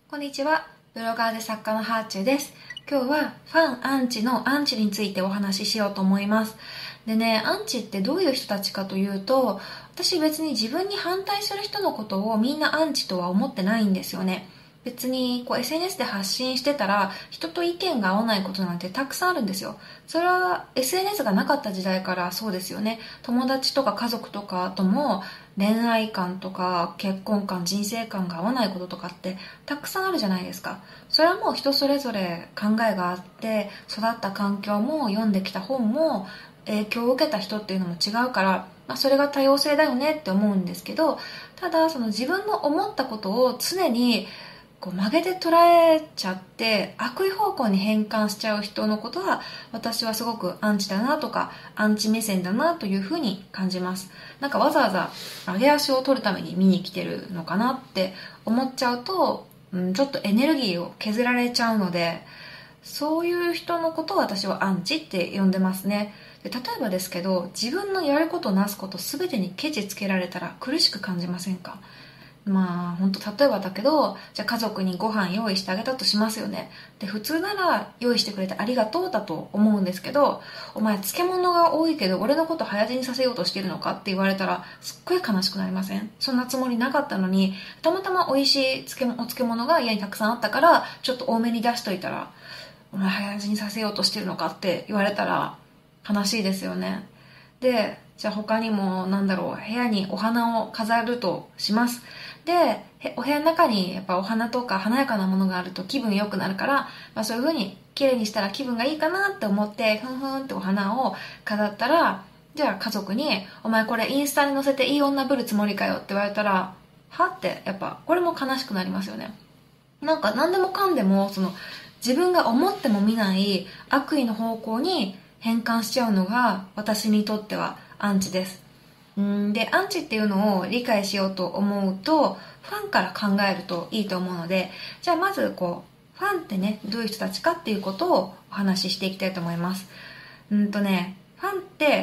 こんにちは。ブロガーで作家のハーチューです。今日はファン・アンチのアンチについてお話ししようと思います。でね、アンチってどういう人たちかというと、私別に自分に反対する人のことをみんなアンチとは思ってないんですよね。別にSNS で発信してたら人と意見が合わないことなんてたくさんあるんですよ。それは SNS がなかった時代からそうですよね。友達とか家族とかとも恋愛観とか結婚観、人生観が合わないこととかってたくさんあるじゃないですか。それはもう人それぞれ考えがあって、育った環境も読んできた本も影響を受けた人っていうのも違うから、それが多様性だよねって思うんですけど、ただその自分の思ったことを常に曲げて捉えちゃって悪意方向に変換しちゃう人のことは私はすごくアンチだなとかアンチ目線だなというふうに感じます。なんかわざわざ上げ足を取るために見に来てるのかなって思っちゃうと、ちょっとエネルギーを削られちゃうので、そういう人のことを私はアンチって呼んでますね。で、例えばですけど、自分のやることなすこと全てにケチつけられたら苦しく感じませんか？本当例えばだけど、じゃあ家族にご飯用意してあげたとしますよね。で、普通なら用意してくれてありがとうだと思うんですけど、お前漬物が多いけど俺のこと早死にさせようとしてるのかって言われたらすっごい悲しくなりません？そんなつもりなかったのに、たまたま美味しいお漬物が家にたくさんあったからちょっと多めに出しといたら、お前早死にさせようとしてるのかって言われたら悲しいですよね。で、じゃあ他にも部屋にお花を飾るとします。で、お部屋の中にやっぱお花とか華やかなものがあると気分良くなるから、そういう風に綺麗にしたら気分がいいかなって思ってふんふんってお花を飾ったら、じゃあ家族にお前これインスタに載せていい女ぶるつもりかよって言われたら、はってやっぱこれも悲しくなりますよね。なんか何でもかんでも自分が思っても見ない悪意の方向に変換しちゃうのが私にとってはアンチです。で、アンチっていうのを理解しようと思うと、ファンから考えるといいと思うので、じゃあまずファンってね、どういう人たちかっていうことをお話ししていきたいと思います。ファンって、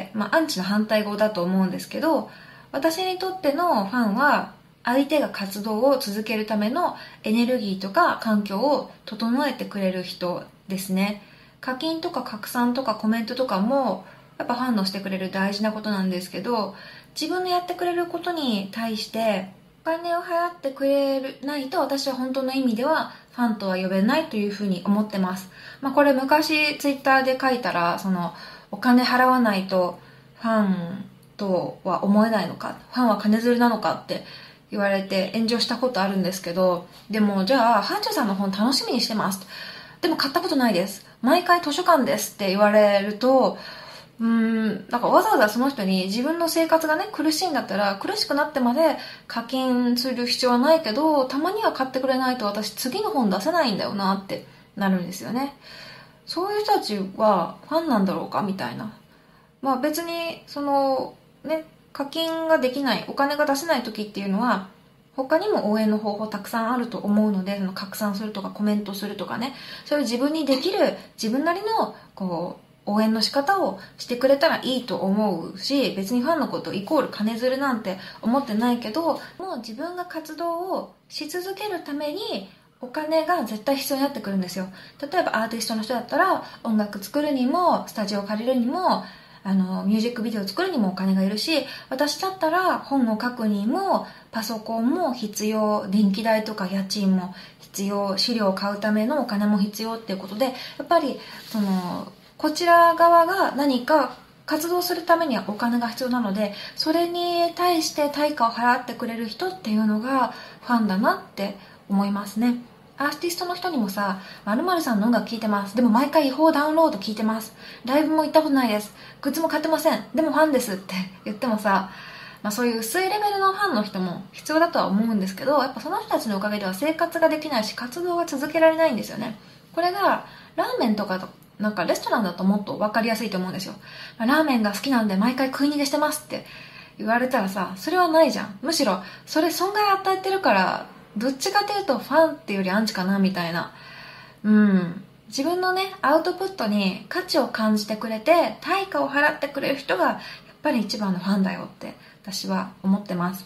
アンチの反対語だと思うんですけど、私にとってのファンは、相手が活動を続けるためのエネルギーとか環境を整えてくれる人ですね。課金とか拡散とかコメントとかもやっぱ反応してくれる大事なことなんですけど、自分のやってくれることに対してお金を払ってくれないと私は本当の意味ではファンとは呼べないというふうに思ってます。これ昔ツイッターで書いたら、お金払わないとファンとは思えないのか、ファンは金づるなのかって言われて炎上したことあるんですけど、でもじゃあハンチョさんの本楽しみにしてます、でも買ったことないです、毎回図書館ですって言われると、なんかわざわざその人に自分の生活がね苦しいんだったら、苦しくなってまで課金する必要はないけど、たまには買ってくれないと私次の本出せないんだよなってなるんですよね。そういう人たちはファンなんだろうかみたいな。別に課金ができない、お金が出せない時っていうのは他にも応援の方法たくさんあると思うので、拡散するとかコメントするとかね、そういう自分にできる自分なりの応援の仕方をしてくれたらいいと思うし、別にファンのことイコール金づるなんて思ってないけど、もう自分が活動をし続けるためにお金が絶対必要になってくるんですよ。例えばアーティストの人だったら音楽作るにもスタジオ借りるにもミュージックビデオ作るにもお金がいるし、私だったら本を書くにもパソコンも必要、電気代とか家賃も必要、資料を買うためのお金も必要っていうことで、やっぱりこちら側が何か活動するためにはお金が必要なので、それに対して対価を払ってくれる人っていうのがファンだなって思いますね。アーティストの人にもさ、〇〇さんの音楽聴いてます、でも毎回違法ダウンロード聴いてます、ライブも行ったことないです、グッズも買ってません、でもファンですって言ってもさ、そういう薄いレベルのファンの人も必要だとは思うんですけど、やっぱその人たちのおかげでは生活ができないし活動が続けられないんですよね。これがラーメンとかなんかレストランだともっと分かりやすいと思うんですよ。ラーメンが好きなんで毎回食い逃げしてますって言われたらさ、それはないじゃん。むしろそれ損害与えてるから、どっちかというとファンっていうよりアンチかなみたいな。自分のねアウトプットに価値を感じてくれて対価を払ってくれる人がやっぱり一番のファンだよって私は思ってます。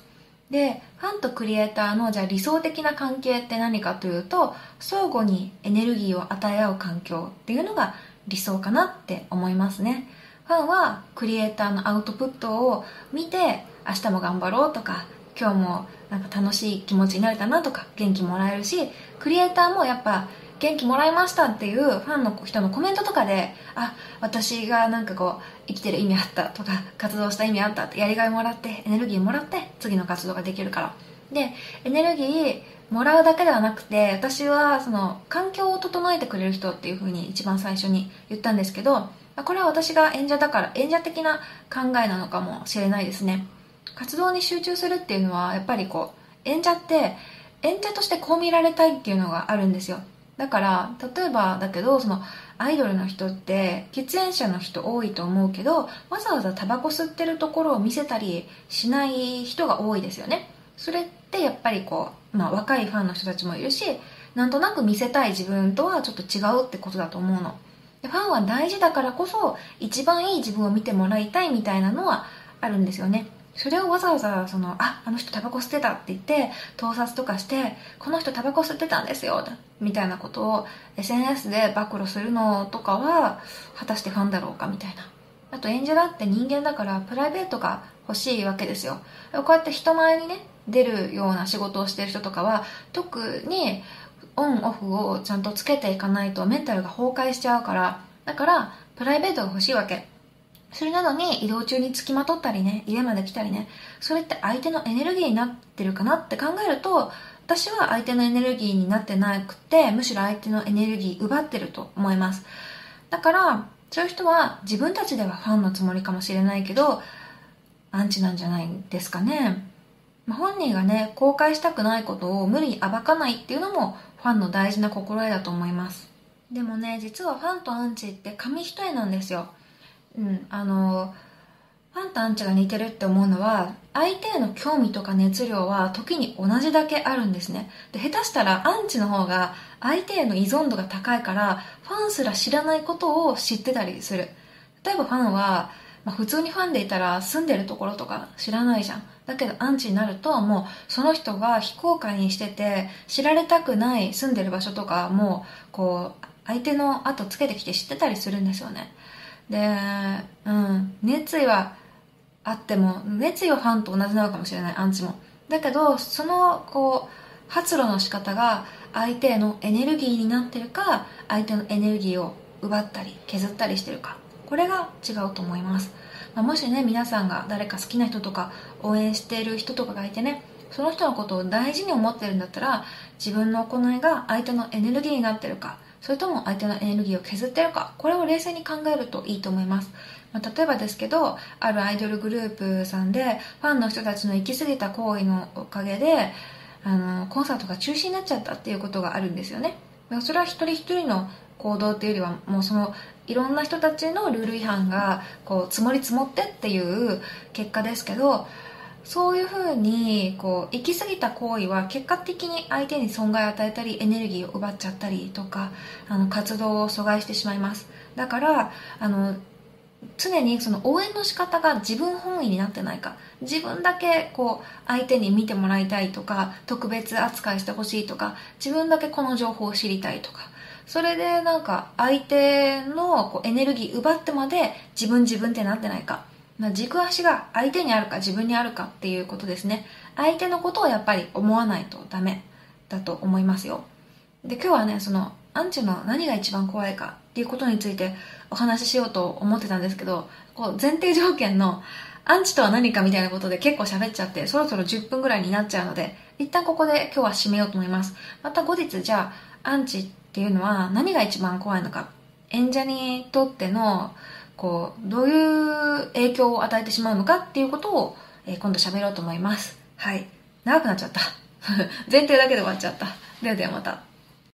で、ファンとクリエイターのじゃあ理想的な関係って何かというと、相互にエネルギーを与え合う環境っていうのが理想かなって思いますね。ファンはクリエイターのアウトプットを見て、明日も頑張ろうとか、今日もなんか楽しい気持ちになれたなとか元気もらえるし、クリエイターもやっぱ元気もらいましたっていうファンの人のコメントとかで、あ、私がなんかこう生きてる意味あったとか活動した意味あったって、やりがいもらってエネルギーもらって次の活動ができるから。で、エネルギーもらうだけではなくて、私はその環境を整えてくれる人っていう風に一番最初に言ったんですけど、これは私が演者だから演者的な考えなのかもしれないですね。活動に集中するっていうのはやっぱりこう演者って演者としてこう見られたいっていうのがあるんですよ。だから例えばだけど、そのアイドルの人って喫煙者の人多いと思うけど、わざわざタバコ吸ってるところを見せたりしない人が多いですよね。それってやっぱりこう、若いファンの人たちもいるし、なんとなく見せたい自分とはちょっと違うってことだと思うので、ファンは大事だからこそ一番いい自分を見てもらいたいみたいなのはあるんですよね。それをわざわざあの人タバコ吸ってたって言って盗撮とかして、この人タバコ吸ってたんですよみたいなことを SNS で暴露するのとかは果たしてファンだろうかみたいな。あと演者だって人間だからプライベートが欲しいわけですよ。こうやって人前にね出るような仕事をしてる人とかは特にオンオフをちゃんとつけていかないとメンタルが崩壊しちゃうから、だからプライベートが欲しいわけ。それなのに移動中につきまとったりね、家まで来たりね、それって相手のエネルギーになってるかなって考えると、私は相手のエネルギーになってなくて、むしろ相手のエネルギー奪ってると思います。だからそういう人は自分たちではファンのつもりかもしれないけど、アンチなんじゃないですかね。本人がね、公開したくないことを無理に暴かないっていうのもファンの大事な心得だと思います。でもね、実はファンとアンチって紙一重なんですよ。ファンとアンチが似てるって思うのは、相手への興味とか熱量は時に同じだけあるんですね。で、下手したらアンチの方が相手への依存度が高いから、ファンすら知らないことを知ってたりする。例えばファンは、普通にファンでいたら住んでるところとか知らないじゃん。だけどアンチになると、もうその人が非公開にしてて知られたくない住んでる場所とかもこう相手の後つけてきて知ってたりするんですよね。で、熱意はあっても、熱意はファンと同じなのかもしれない、アンチも。だけどそのこう発露の仕方が相手へのエネルギーになってるか、相手のエネルギーを奪ったり削ったりしてるか、これが違うと思います。もしね、皆さんが誰か好きな人とか応援している人とかがいてね、その人のことを大事に思ってるんだったら、自分の行いが相手のエネルギーになってるか、それとも相手のエネルギーを削ってるか、これを冷静に考えるといいと思います。例えばですけど、あるアイドルグループさんでファンの人たちの行き過ぎた行為のおかげでコンサートが中止になっちゃったっていうことがあるんですよね。それは一人一人の行動っていうよりは、もうそのいろんな人たちのルール違反がこう積もり積もってっていう結果ですけど、そういうふうにこう行き過ぎた行為は結果的に相手に損害を与えたりエネルギーを奪っちゃったりとか、活動を阻害してしまいます。だから常にその応援の仕方が自分本位になってないか、自分だけこう相手に見てもらいたいとか、特別扱いしてほしいとか、自分だけこの情報を知りたいとか、それでなんか相手のこうエネルギー奪ってまで自分ってなってないか、軸足が相手にあるか自分にあるかっていうことですね。相手のことをやっぱり思わないとダメだと思いますよ。で、今日はね、そのアンチの何が一番怖いかっていうことについてお話ししようと思ってたんですけど、こう前提条件のアンチとは何かみたいなことで結構喋っちゃって、そろそろ10分ぐらいになっちゃうので、一旦ここで今日は締めようと思います。また後日、じゃあアンチっていうのは何が一番怖いのか、演者にとってのこうどういう影響を与えてしまうのかっていうことを、今度喋ろうと思います。はい、長くなっちゃった前提だけで終わっちゃった。ではではまた。